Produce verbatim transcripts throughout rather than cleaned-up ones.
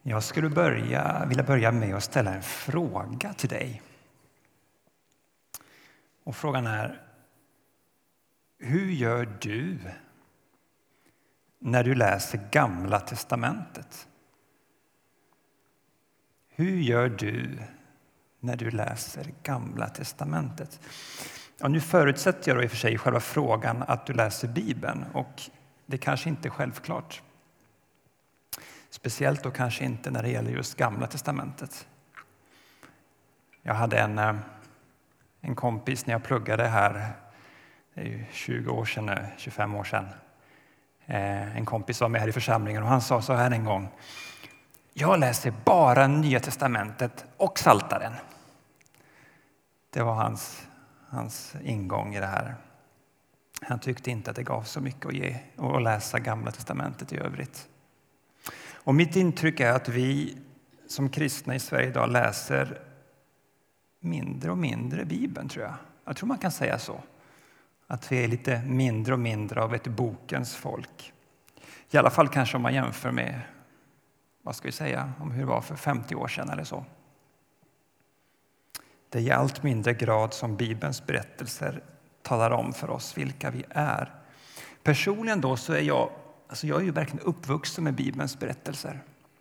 Jag skulle börja, vilja börja med att ställa en fråga till dig. Och frågan är: hur gör du när du läser Gamla testamentet? Hur gör du när du läser Gamla testamentet? Ja, nu förutsätter jag då i och för sig själva frågan att du läser Bibeln, och det kanske inte är självklart. Speciellt då kanske inte när det gäller just Gamla testamentet. Jag hade en, en kompis när jag pluggade här, det är ju tjugo år sedan nu, tjugofem år sedan. En kompis var med här i församlingen och han sa så här en gång: jag läser bara Nya testamentet och Psaltaren. Det var hans, hans ingång i det här. Han tyckte inte att det gav så mycket att ge och att läsa Gamla testamentet i övrigt. Och mitt intryck är att vi som kristna i Sverige idag läser mindre och mindre Bibeln, tror jag. Jag tror man kan säga så. Att vi är lite mindre och mindre av ett bokens folk. I alla fall kanske om man jämför med, vad ska vi säga, om hur det var för femtio år sedan eller så. Det är i allt mindre grad som Bibelns berättelser talar om för oss vilka vi är. Personligen då så är jag, alltså jag är ju verkligen uppvuxen med Bibelns berättelser.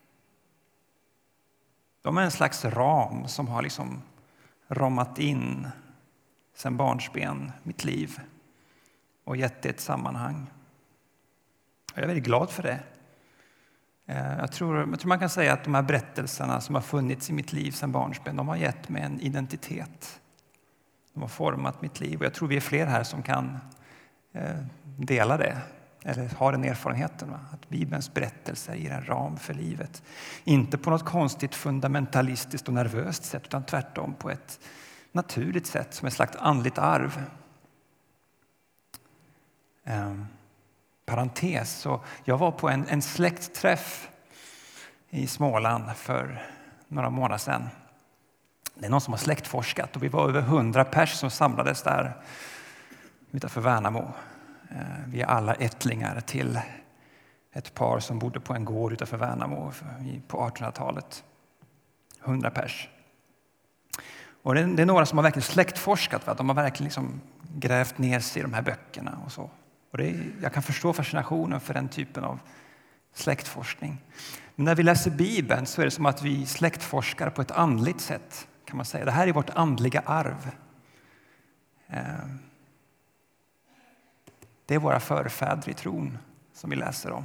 De är en slags ram som har liksom ramat in sedan barnsben mitt liv och gett det ett sammanhang. Jag är väldigt glad för det. Jag tror, jag tror man kan säga att de här berättelserna som har funnits i mitt liv sedan barnsben, de har gett mig en identitet. De har format mitt liv, och jag tror vi är fler här som kan dela det. Eller har den erfarenheten, va? Att Bibelns berättelser ger en ram för livet. Inte på något konstigt fundamentalistiskt och nervöst sätt, utan tvärtom på ett naturligt sätt, som ett slags andligt arv. Eh, parentes, så jag var på en, en släktträff i Småland för några månader sedan. Det är någon som har släktforskat, och vi var över hundra pers som samlades där utanför Värnamo. Vi är alla ättlingar till ett par som bodde på en gård utanför Värnamo på artonhundratalet. Hundra pers. Och det är några som har verkligen släktforskat. Va? De har verkligen liksom grävt ner sig i de här böckerna och så. Och det är, jag kan förstå fascinationen för den typen av släktforskning. Men när vi läser Bibeln så är det som att vi släktforskar på ett andligt sätt, kan man säga. Det här är vårt andliga arv. Det är våra förfäder i tron som vi läser om.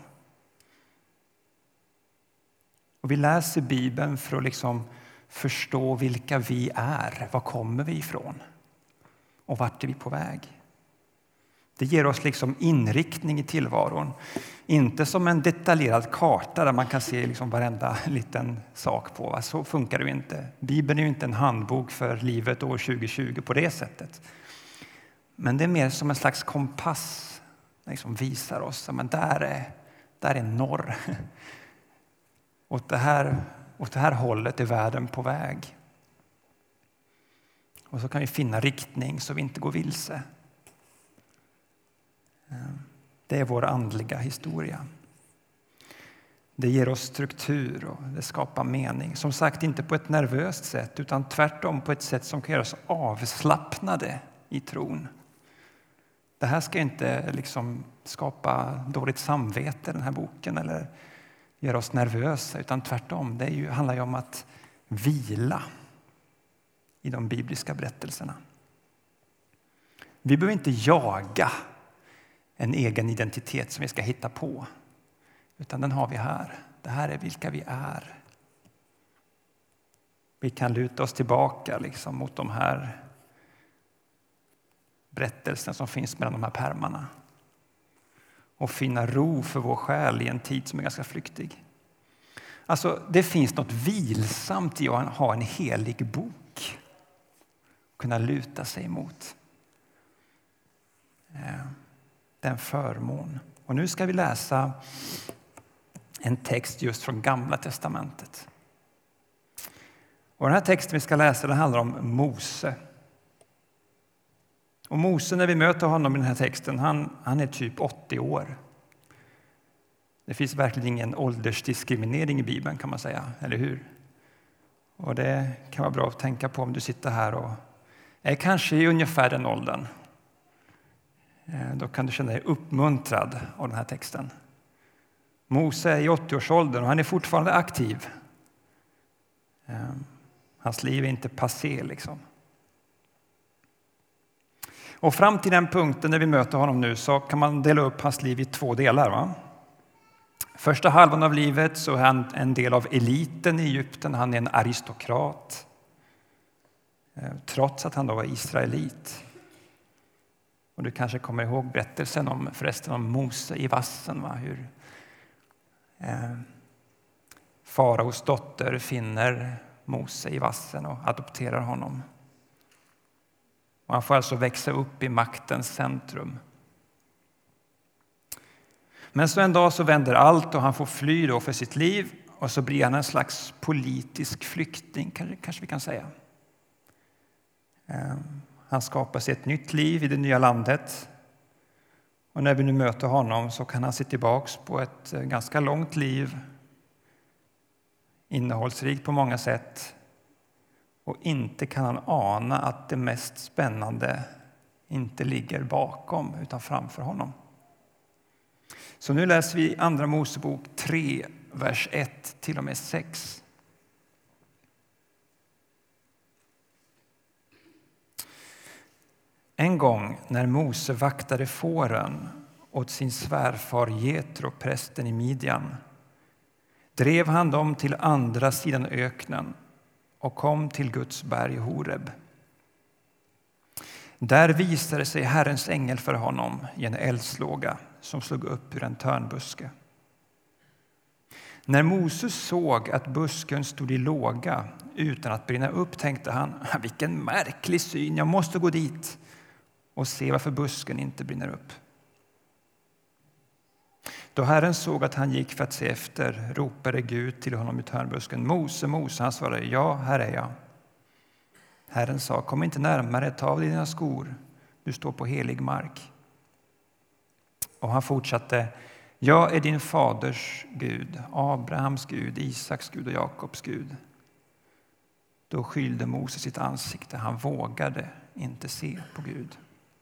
Och vi läser Bibeln för att liksom förstå vilka vi är. Var kommer vi ifrån? Och vart är vi på väg? Det ger oss liksom inriktning i tillvaron. Inte som en detaljerad karta där man kan se liksom varenda liten sak på. Så funkar det ju inte. Bibeln är ju inte en handbok för livet år tjugo tjugo på det sättet. Men det är mer som en slags kompass. Liksom visar oss att där är, där är norr. Åt det, här, åt det här hållet är världen på väg. Och så kan vi finna riktning så vi inte går vilse. Det är vår andliga historia. Det ger oss struktur och det skapar mening. Som sagt, inte på ett nervöst sätt, utan tvärtom på ett sätt som kan göra oss avslappnade i tron. Det här ska inte liksom skapa dåligt samvete, den här boken, eller göra oss nervösa, utan tvärtom. Det är ju, handlar ju om att vila i de bibliska berättelserna. Vi behöver inte jaga en egen identitet som vi ska hitta på, utan den har vi här. Det här är vilka vi är. Vi kan luta oss tillbaka liksom mot de här berättelsen som finns mellan de här pärmarna och finna ro för vår själ i en tid som är ganska flyktig. Alltså, det finns något vilsamt i att ha en helig bok kunna luta sig emot. Den förmån. Och nu ska vi läsa en text just från Gamla testamentet. Och den här texten vi ska läsa, den handlar om Mose. Och Mose, när vi möter honom i den här texten, han, han är typ åttio år. Det finns verkligen ingen åldersdiskriminering i Bibeln, kan man säga, eller hur? Och det kan vara bra att tänka på om du sitter här och är kanske i ungefär den åldern. Då kan du känna dig uppmuntrad av den här texten. Mose är i åttioårsåldern och han är fortfarande aktiv. Hans liv är inte passé liksom. Och fram till den punkten när vi möter honom nu så kan man dela upp hans liv i två delar. Va? Första halvan av livet så är han en del av eliten i Egypten. Han är en aristokrat. Trots att han då var israelit. Och du kanske kommer ihåg berättelsen om förresten om Mose i vassen. Va? Hur eh, faraos dotter finner Mose i vassen och adopterar honom. Och han får alltså växa upp i maktens centrum. Men så en dag så vänder allt och han får fly då för sitt liv. Och så blir han en slags politisk flykting, kanske vi kan säga. Han skapar sig ett nytt liv i det nya landet. Och när vi nu möter honom så kan han se tillbaks på ett ganska långt liv. Innehållsrikt på många sätt. Och inte kan han ana att det mest spännande inte ligger bakom utan framför honom. Så nu läser vi andra Mosebok tre, vers ett till och med sex. En gång när Mose vaktade fåren åt sin svärfar Jetro, prästen i Midjan, drev han dem till andra sidan öknen och kom till Guds berg Horeb. Där visade sig Herrens ängel för honom i en eldslåga som slog upp ur en törnbuske. När Moses såg att busken stod i låga utan att brinna upp tänkte han, vilken märklig syn, jag måste gå dit och se varför busken inte brinner upp. Då Herren såg att han gick för att se efter ropade Gud till honom i törnbusken, Mose, Mose, han svarade, ja, här är jag. Herren sa, kom inte närmare, ta av dina skor, du står på helig mark. Och han fortsatte, jag är din faders Gud, Abrahams Gud, Isaks Gud och Jakobs Gud. Då skylde Mose sitt ansikte, han vågade inte se på Gud.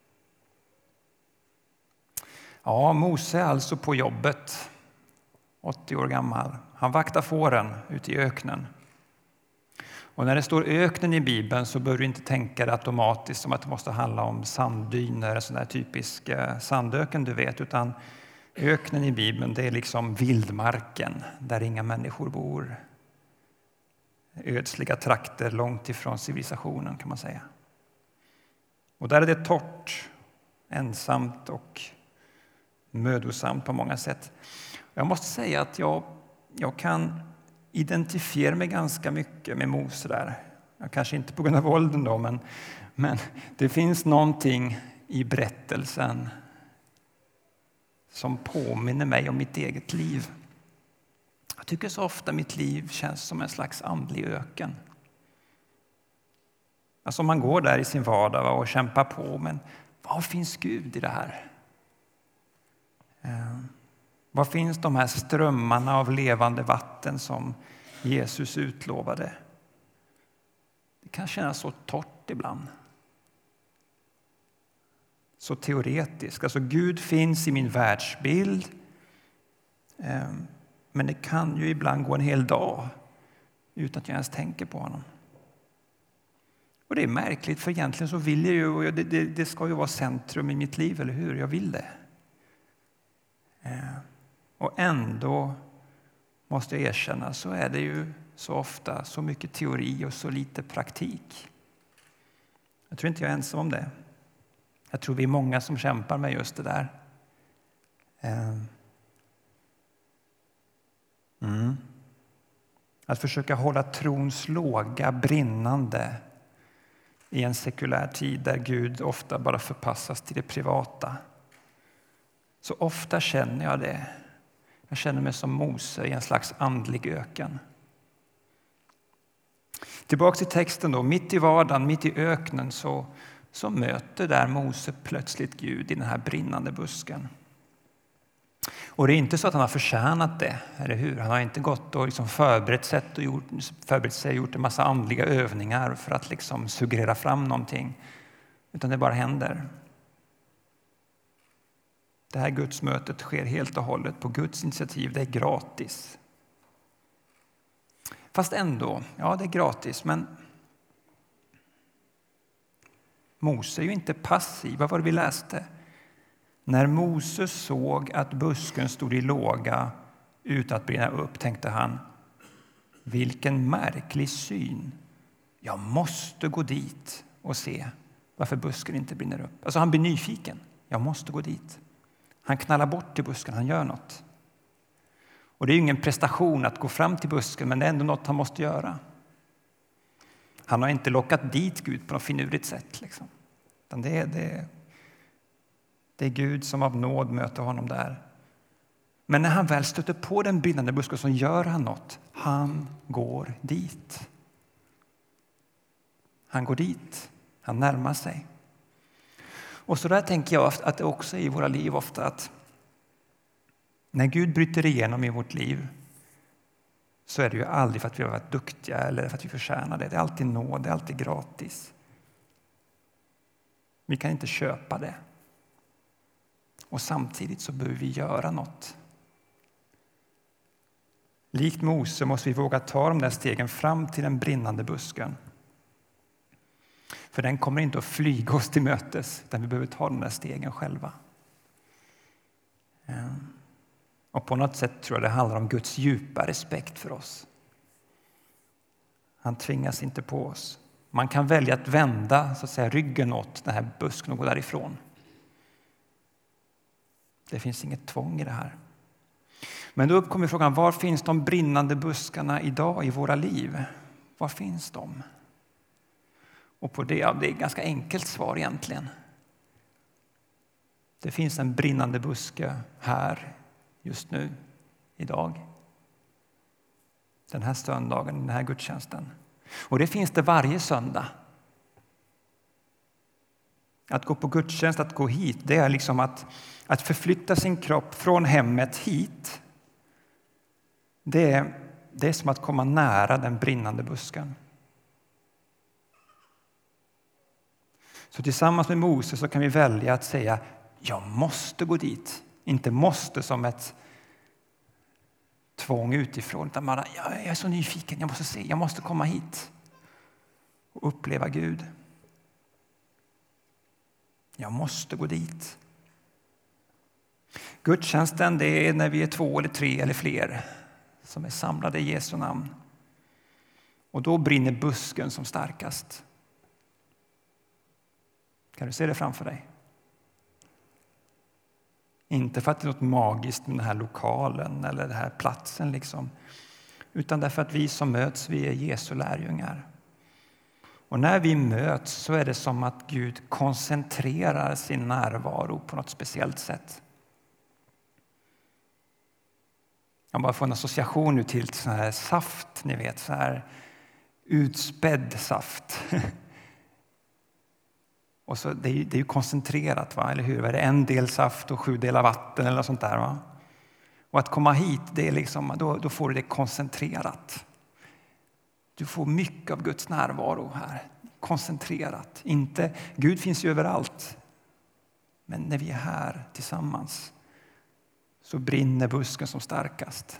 Ja, Mose är alltså på jobbet, åttio år gammal. Han vaktar fåren ute i öknen. Och när det står öknen i Bibeln så bör du inte tänka det automatiskt som att det måste handla om sanddyner, en sån där typisk sandöken du vet, utan öknen i Bibeln det är liksom vildmarken där inga människor bor. Ödsliga trakter långt ifrån civilisationen kan man säga. Och där är det torrt, ensamt och mödosamt på många sätt. Jag måste säga att jag, jag kan identifiera mig ganska mycket med Mose där. Jag kanske inte på grund av åldern då, men, men det finns någonting i berättelsen som påminner mig om mitt eget liv. Jag tycker så ofta mitt liv känns som en slags andlig öken. Alltså man går där i sin vardag och kämpar på, men var finns Gud i det här? Eh, var finns de här strömmarna av levande vatten som Jesus utlovade? Det kan kännas så torrt ibland. Så teoretiskt. Alltså Gud finns i min världsbild. Eh, men det kan ju ibland gå en hel dag utan att jag ens tänker på honom. Och det är märkligt, för egentligen så vill jag ju, och det, det, det ska ju vara centrum i mitt liv, eller hur? Jag vill det. Eh, och ändå måste jag erkänna, så är det ju så ofta så mycket teori och så lite praktik. Jag tror inte jag är ensam om det. Jag tror vi är många som kämpar med just det där. Eh, mm. Att försöka hålla trons låga brinnande i en sekulär tid där Gud ofta bara förpassas till det privata. Så ofta känner jag det. Jag känner mig som Mose i en slags andlig öken. Tillbaka till texten då. Mitt i vardagen, mitt i öknen så, så möter där Mose plötsligt Gud i den här brinnande busken. Och det är inte så att han har förtjänat det, eller hur? Han har inte gått och liksom förberett, sig och gjort, förberett sig och gjort en massa andliga övningar för att liksom suggerera fram någonting. Utan det bara händer. Det här gudsmötet sker helt och hållet på Guds initiativ. Det är gratis. Fast ändå, ja det är gratis, men Mose är ju inte passiv. Vad var det vi läste? När Mose såg att busken stod i låga utan att brinna upp tänkte han, vilken märklig syn. Jag måste gå dit och se varför busken inte brinner upp. Alltså han blir nyfiken. Jag måste gå dit. Han knallar bort till busken, han gör något. Och det är ju ingen prestation att gå fram till busken, men det är ändå något han måste göra. Han har inte lockat dit Gud på något finurligt sätt. Liksom. Det är, det, det är Gud som av nåd möter honom där. Men när han väl stöter på den brinnande busken så gör han något. Han går dit. Han går dit. Han närmar sig. Och så där tänker jag att det också är i våra liv ofta att när Gud bryter igenom i vårt liv så är det ju aldrig för att vi har varit duktiga eller för att vi förtjänar det. Det är alltid nåd, det är alltid gratis. Vi kan inte köpa det. Och samtidigt så behöver vi göra något. Likt Mose måste vi våga ta de där stegen fram till den brinnande busken. För den kommer inte att flyga oss till mötes, utan vi behöver ta de där stegen själva. Och på något sätt tror jag det handlar om Guds djupa respekt för oss. Han tvingas inte på oss. Man kan välja att vända så att säga, ryggen åt den här busken och gå därifrån. Det finns inget tvång i det här. Men då uppkommer frågan, var finns de brinnande buskarna idag i våra liv? Var finns de? Och på det, ja, det är ett ganska enkelt svar egentligen. Det finns en brinnande buske här just nu, idag. Den här söndagen, den här gudstjänsten. Och det finns det varje söndag. Att gå på gudstjänst, att gå hit, det är liksom att, att förflytta sin kropp från hemmet hit. Det är, det är som att komma nära den brinnande busken. Så tillsammans med Mose så kan vi välja att säga, jag måste gå dit. Inte måste som ett tvång utifrån, utan bara, jag är så nyfiken, jag måste se, jag måste komma hit och uppleva Gud. Jag måste gå dit. Gudstjänsten, det är när vi är två eller tre eller fler som är samlade i Jesu namn. Och då brinner busken som starkast. Kan du se det framför dig? Inte för att det är något magiskt med den här lokalen eller den här platsen liksom, utan därför att vi som möts, vi är Jesu lärjungar. Och när vi möts så är det som att Gud koncentrerar sin närvaro på något speciellt sätt. Jag bara får en association nu till sån här saft, ni vet, så här utspädd saft. Och så det är ju, det är ju koncentrerat, va? Eller hur? Det är en del saft och sju delar vatten eller sånt där, va? Och att komma hit, det är liksom, då, då får du det koncentrerat. Du får mycket av Guds närvaro här, koncentrerat. Inte, Gud finns ju överallt. Men när vi är här tillsammans så brinner busken som starkast.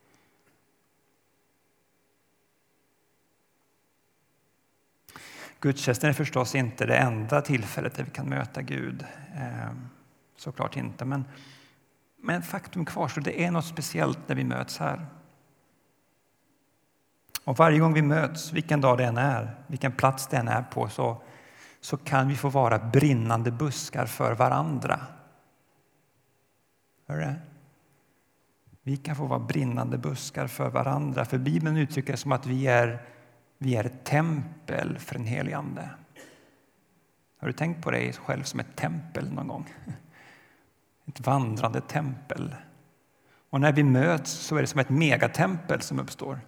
Gudstjänsten är förstås inte det enda tillfället där vi kan möta Gud. Eh, såklart inte. Men, men faktum kvarstår, det är något speciellt när vi möts här. Och varje gång vi möts, vilken dag det än är, vilken plats det än är på, så, så kan vi få vara brinnande buskar för varandra. Hör det? Vi kan få vara brinnande buskar för varandra. För Bibeln uttrycker det som att vi är Vi är ett tempel för en helig ande. Har du tänkt på dig själv som ett tempel någon gång? Ett vandrande tempel. Och när vi möts så är det som ett megatempel som uppstår.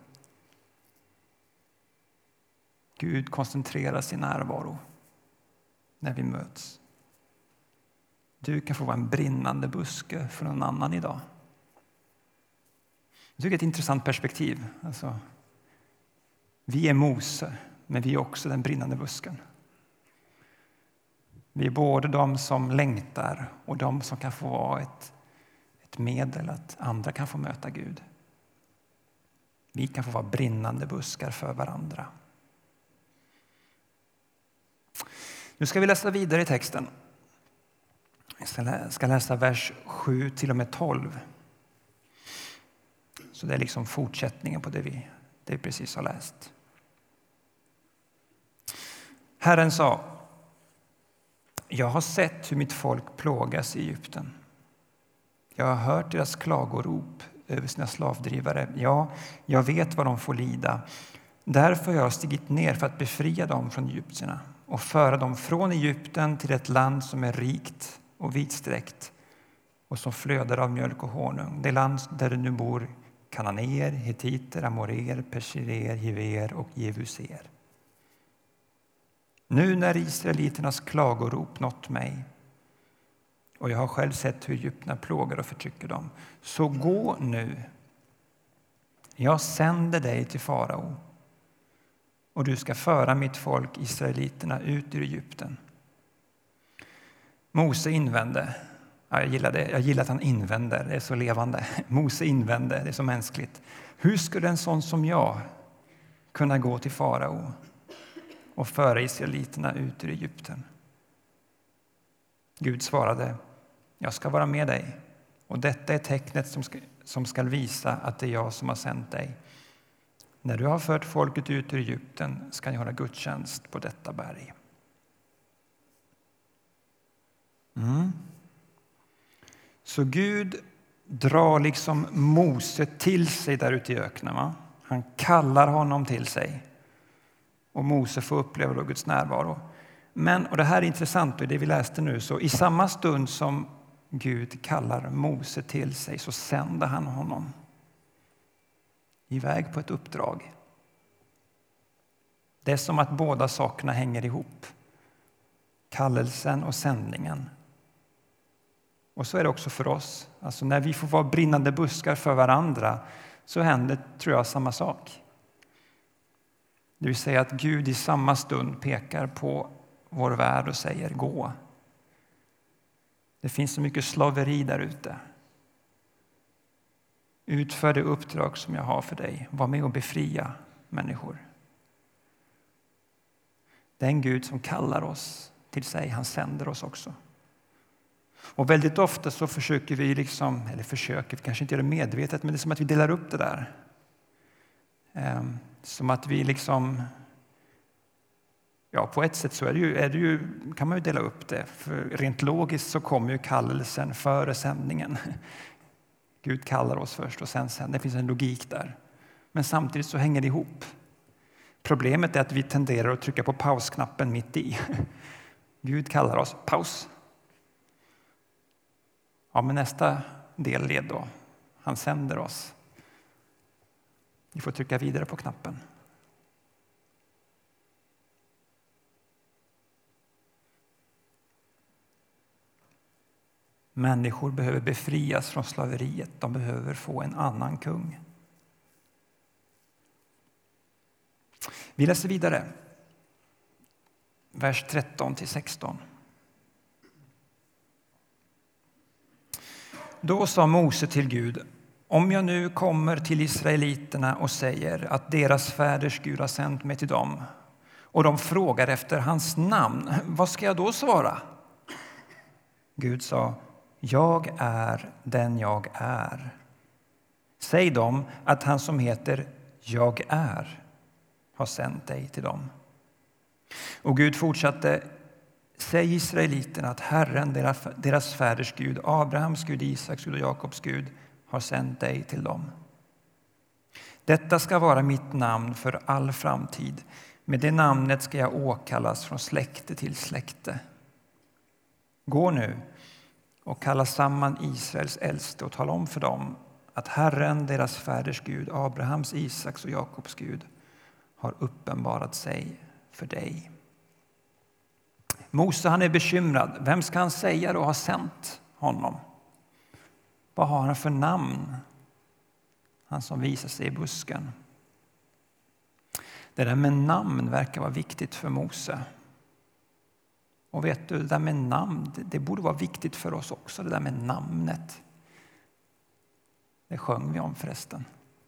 Gud koncentrerar sin närvaro när vi möts. Du kan få vara en brinnande buske för någon annan idag. Jag tycker det är ett intressant perspektiv. Alltså, vi är Mose, men vi är också den brinnande busken. Vi är både de som längtar och de som kan få vara ett, ett medel att andra kan få möta Gud. Vi kan få vara brinnande buskar för varandra. Nu ska vi läsa vidare i texten. Jag ska läsa vers sju till och med tolv. Så det är liksom fortsättningen på det vi, det vi precis har läst. Herren sa: jag har sett hur mitt folk plågas i Egypten. Jag har hört deras klagorop över sina slavdrivare. Ja, jag vet vad de får lida. Därför har jag stigit ner för att befria dem från egyptierna och föra dem från Egypten till ett land som är rikt och vidsträckt och som flödar av mjölk och honung. Det land där det nu bor kananéer, hetiter, amorer, persier, hiver och jevuser. Nu när israeliternas klagorop nått mig och jag har själv sett hur egyptierna plågar och förtrycker dem, så gå nu. Jag sänder dig till farao och du ska föra mitt folk israeliterna ut ur Egypten. Mose invände. Ja, jag, gillar det. jag gillar att han invänder, det är så levande. Mose invände, det är så mänskligt. Hur skulle en sån som jag kunna gå till farao och föra israeliterna ut ur Egypten? Gud svarade: jag ska vara med dig, och detta är tecknet som ska, som ska visa att det är jag som har sänt dig. När du har fört folket ut ur Egypten ska ni hålla gudstjänst på detta berg. Mm. Så Gud drar liksom Mose till sig där ute i öknen. Va? Han kallar honom till sig. Och Mose får uppleva då Guds närvaro. Men, och det här är intressant, och det vi läste nu, så i samma stund som Gud kallar Mose till sig så sänder han honom iväg på ett uppdrag. Det är som att båda sakerna hänger ihop. Kallelsen och sändningen. Och så är det också för oss. Alltså när vi får vara brinnande buskar för varandra så händer, tror jag, samma sak. Det vill säga att Gud i samma stund pekar på vår värld och säger: gå. Det finns så mycket slaveri där ute. Utför det uppdrag som jag har för dig. Var med och befria människor. Den Gud som kallar oss till sig, han sänder oss också. Och väldigt ofta så försöker vi liksom, eller försöker, vi kanske inte gör det medvetet, men det är som att vi delar upp det där. Ehm, som att vi liksom, ja, på ett sätt så är det ju, är det ju, kan man ju dela upp det. För rent logiskt så kommer ju kallelsen före sändningen. Gud kallar oss först och sen sänder. Det finns en logik där. Men samtidigt så hänger det ihop. Problemet är att vi tenderar att trycka på pausknappen mitt i. Gud kallar oss, paus. Ja, men nästa del led då. Han sänder oss. Vi får trycka vidare på knappen. Människor behöver befrias från slaveriet. De behöver få en annan kung. Vi läser vidare. Vers tretton till sexton. Då sa Mose till Gud: om jag nu kommer till israeliterna och säger att deras fäders Gud har sänt mig till dem och de frågar efter hans namn, vad ska jag då svara? Gud sa: jag är den jag är. Säg dem att han som heter jag är har sänt dig till dem. Och Gud fortsatte: säg israeliterna att Herren, deras, deras fäders Gud, Abrahams Gud, Isaks Gud och Jakobs Gud, har sänt dig till dem. Detta ska vara mitt namn för all framtid. Med det namnet ska jag åkallas från släkte till släkte. Gå nu och kalla samman Israels äldste och tala om för dem att Herren, deras fäders Gud, Abrahams, Isaks och Jakobs Gud, har uppenbarat sig för dig. Mose, han är bekymrad. Vem ska han säga då har sänt honom? Vad har han för namn? Han som visar sig i busken. Det där med namn verkar vara viktigt för Mose. Och vet du, det där med namn, det, det borde vara viktigt för oss också, det där med namnet. Det sjöng vi om förresten.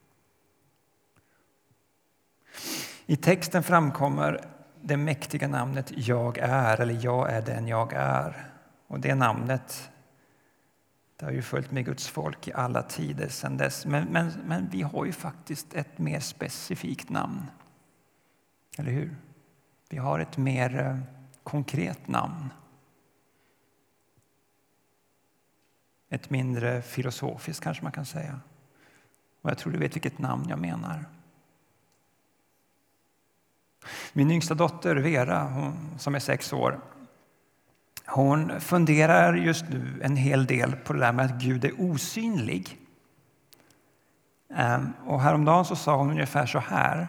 I texten framkommer det mäktiga namnet jag är, eller jag är den jag är. Och det namnet, det har ju följt med Guds folk i alla tider sedan dess. Men, men, men vi har ju faktiskt ett mer specifikt namn. Eller hur? Vi har ett mer eh, konkret namn. Ett mindre filosofiskt kanske man kan säga. Och jag tror du vet vilket namn jag menar. Min yngsta dotter Vera, hon, som är sex år, hon funderar just nu en hel del på det där med att Gud är osynlig. Och häromdagen så sa hon ungefär så här.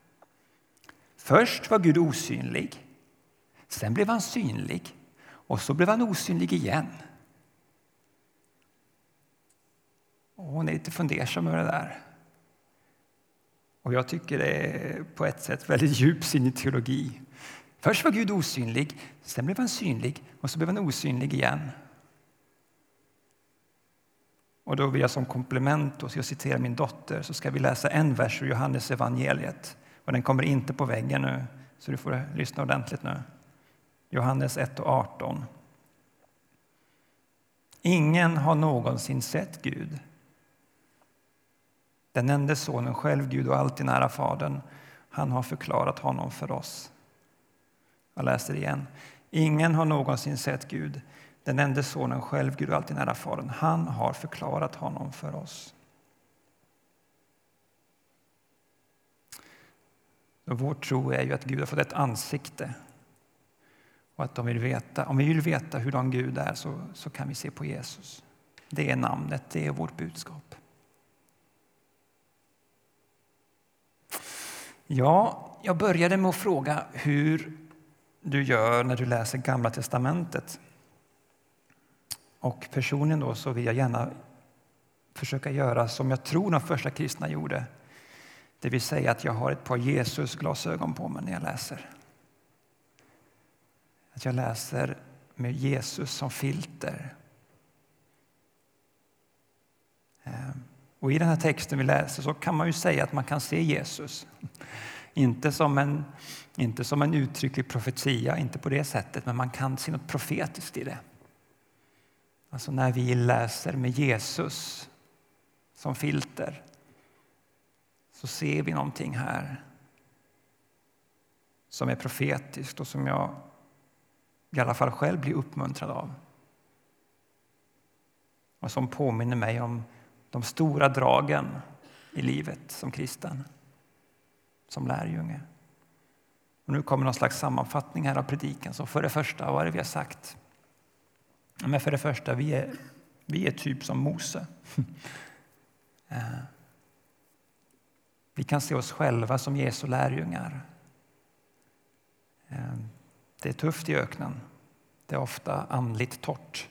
Först var Gud osynlig, sen blev han synlig och så blev han osynlig igen. Och hon är lite fundersam över det där. Och jag tycker det är på ett sätt väldigt djupsinnig teologi. Först var Gud osynlig, sen blev han synlig och så blev han osynlig igen. Och då vill jag som komplement, och så jag citerar min dotter, så ska vi läsa en vers ur Johannes evangeliet. Och den kommer inte på väggen nu, så du får lyssna ordentligt nu. Johannes ett och arton. Ingen har någonsin sett Gud. Den enda sonen, själv Gud och alltid nära Fadern, han har förklarat honom för oss. Jag läser igen. Ingen har någonsin sett Gud. Den enda sonen, själv Gud och alltid nära Fadern, han har förklarat honom för oss. Och vår tro är ju att Gud har fått ett ansikte. Och att de vill veta, om vi vill veta hur de Gud är så, så kan vi se på Jesus. Det är namnet, det är vårt budskap. Ja, jag började med att fråga hur du gör när du läser Gamla testamentet. Och personligen då så vill jag gärna försöka göra som jag tror de första kristna gjorde. Det vill säga att jag har ett par Jesus-glasögon på mig när jag läser. Att jag läser med Jesus som filter. Och i den här texten vi läser så kan man ju säga att man kan se Jesus. Inte som en, inte som en uttrycklig profetia, inte på det sättet, men man kan se något profetiskt i det. Alltså när vi läser med Jesus som filter så ser vi någonting här som är profetiskt och som jag i alla fall själv blir uppmuntrad av. Och som påminner mig om de stora dragen i livet som kristen, som lärjunge. Och nu kommer någon slags sammanfattning här av predikan. Så för det första, vad är det vi har sagt? Men för det första, vi är, vi är typ som Mose. Vi kan se oss själva som Jesu lärjungar. Det är tufft i öknen. Det är ofta andligt torrt.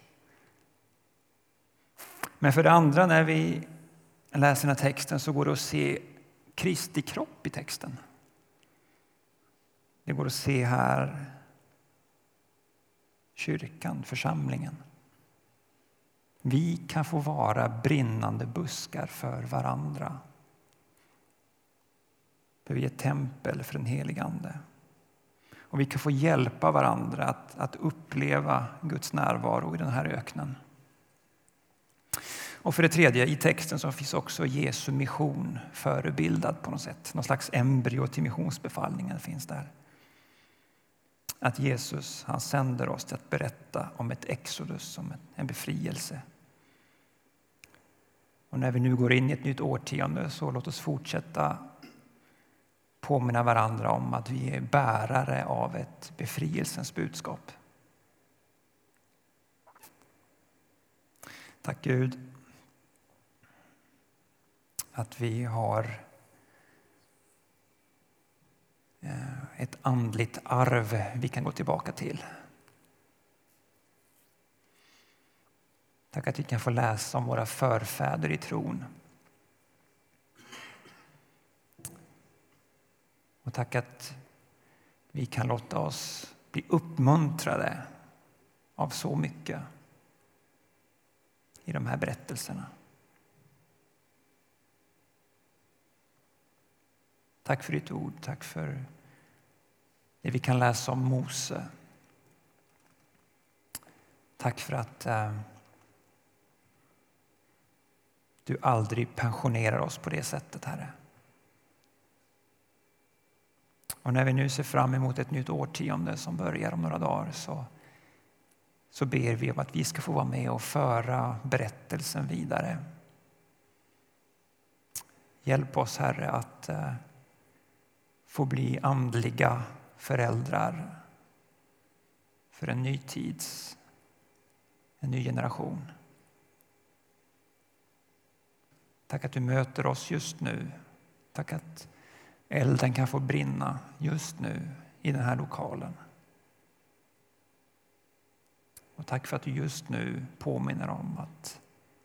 Men för det andra, när vi läser den här texten så går det att se Kristi kropp i texten. Det går att se här kyrkan, församlingen. Vi kan få vara brinnande buskar för varandra. För vi är tempel för den helige Ande. Och vi kan få hjälpa varandra att, att uppleva Guds närvaro i den här öknen. Och för det tredje, i texten så finns också Jesu mission förebildad på något sätt. Någon slags embryo till missionsbefallningen finns där. Att Jesus, han sänder oss till att berätta om ett exodus, om en befrielse. Och när vi nu går in i ett nytt årtionde så låt oss fortsätta påminna varandra om att vi är bärare av ett befrielsens budskap. Tack Gud att vi har ett andligt arv vi kan gå tillbaka till. Tack att vi kan få läsa om våra förfäder i tron. tack att vi kan låta oss bli uppmuntrade av så mycket i de här berättelserna. Tack för ditt ord, tack för det vi kan läsa om Mose. Tack för att eh, du aldrig pensionerar oss på det sättet, Herre. Och när vi nu ser fram emot ett nytt årtionde som börjar om några dagar så, så ber vi om att vi ska få vara med och föra berättelsen vidare. Hjälp oss, Herre, att eh, få bli andliga föräldrar för en ny tids, en ny generation. Tack att du möter oss just nu. Tack att elden kan få brinna just nu i den här lokalen. Och tack för att du just nu påminner om att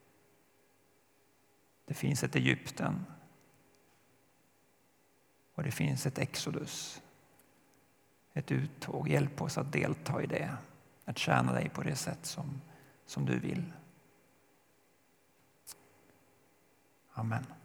det finns ett Egypten och det finns ett Exodus, ett uttåg. Hjälp oss att delta i det, att tjäna dig på det sätt som, som du vill. Amen.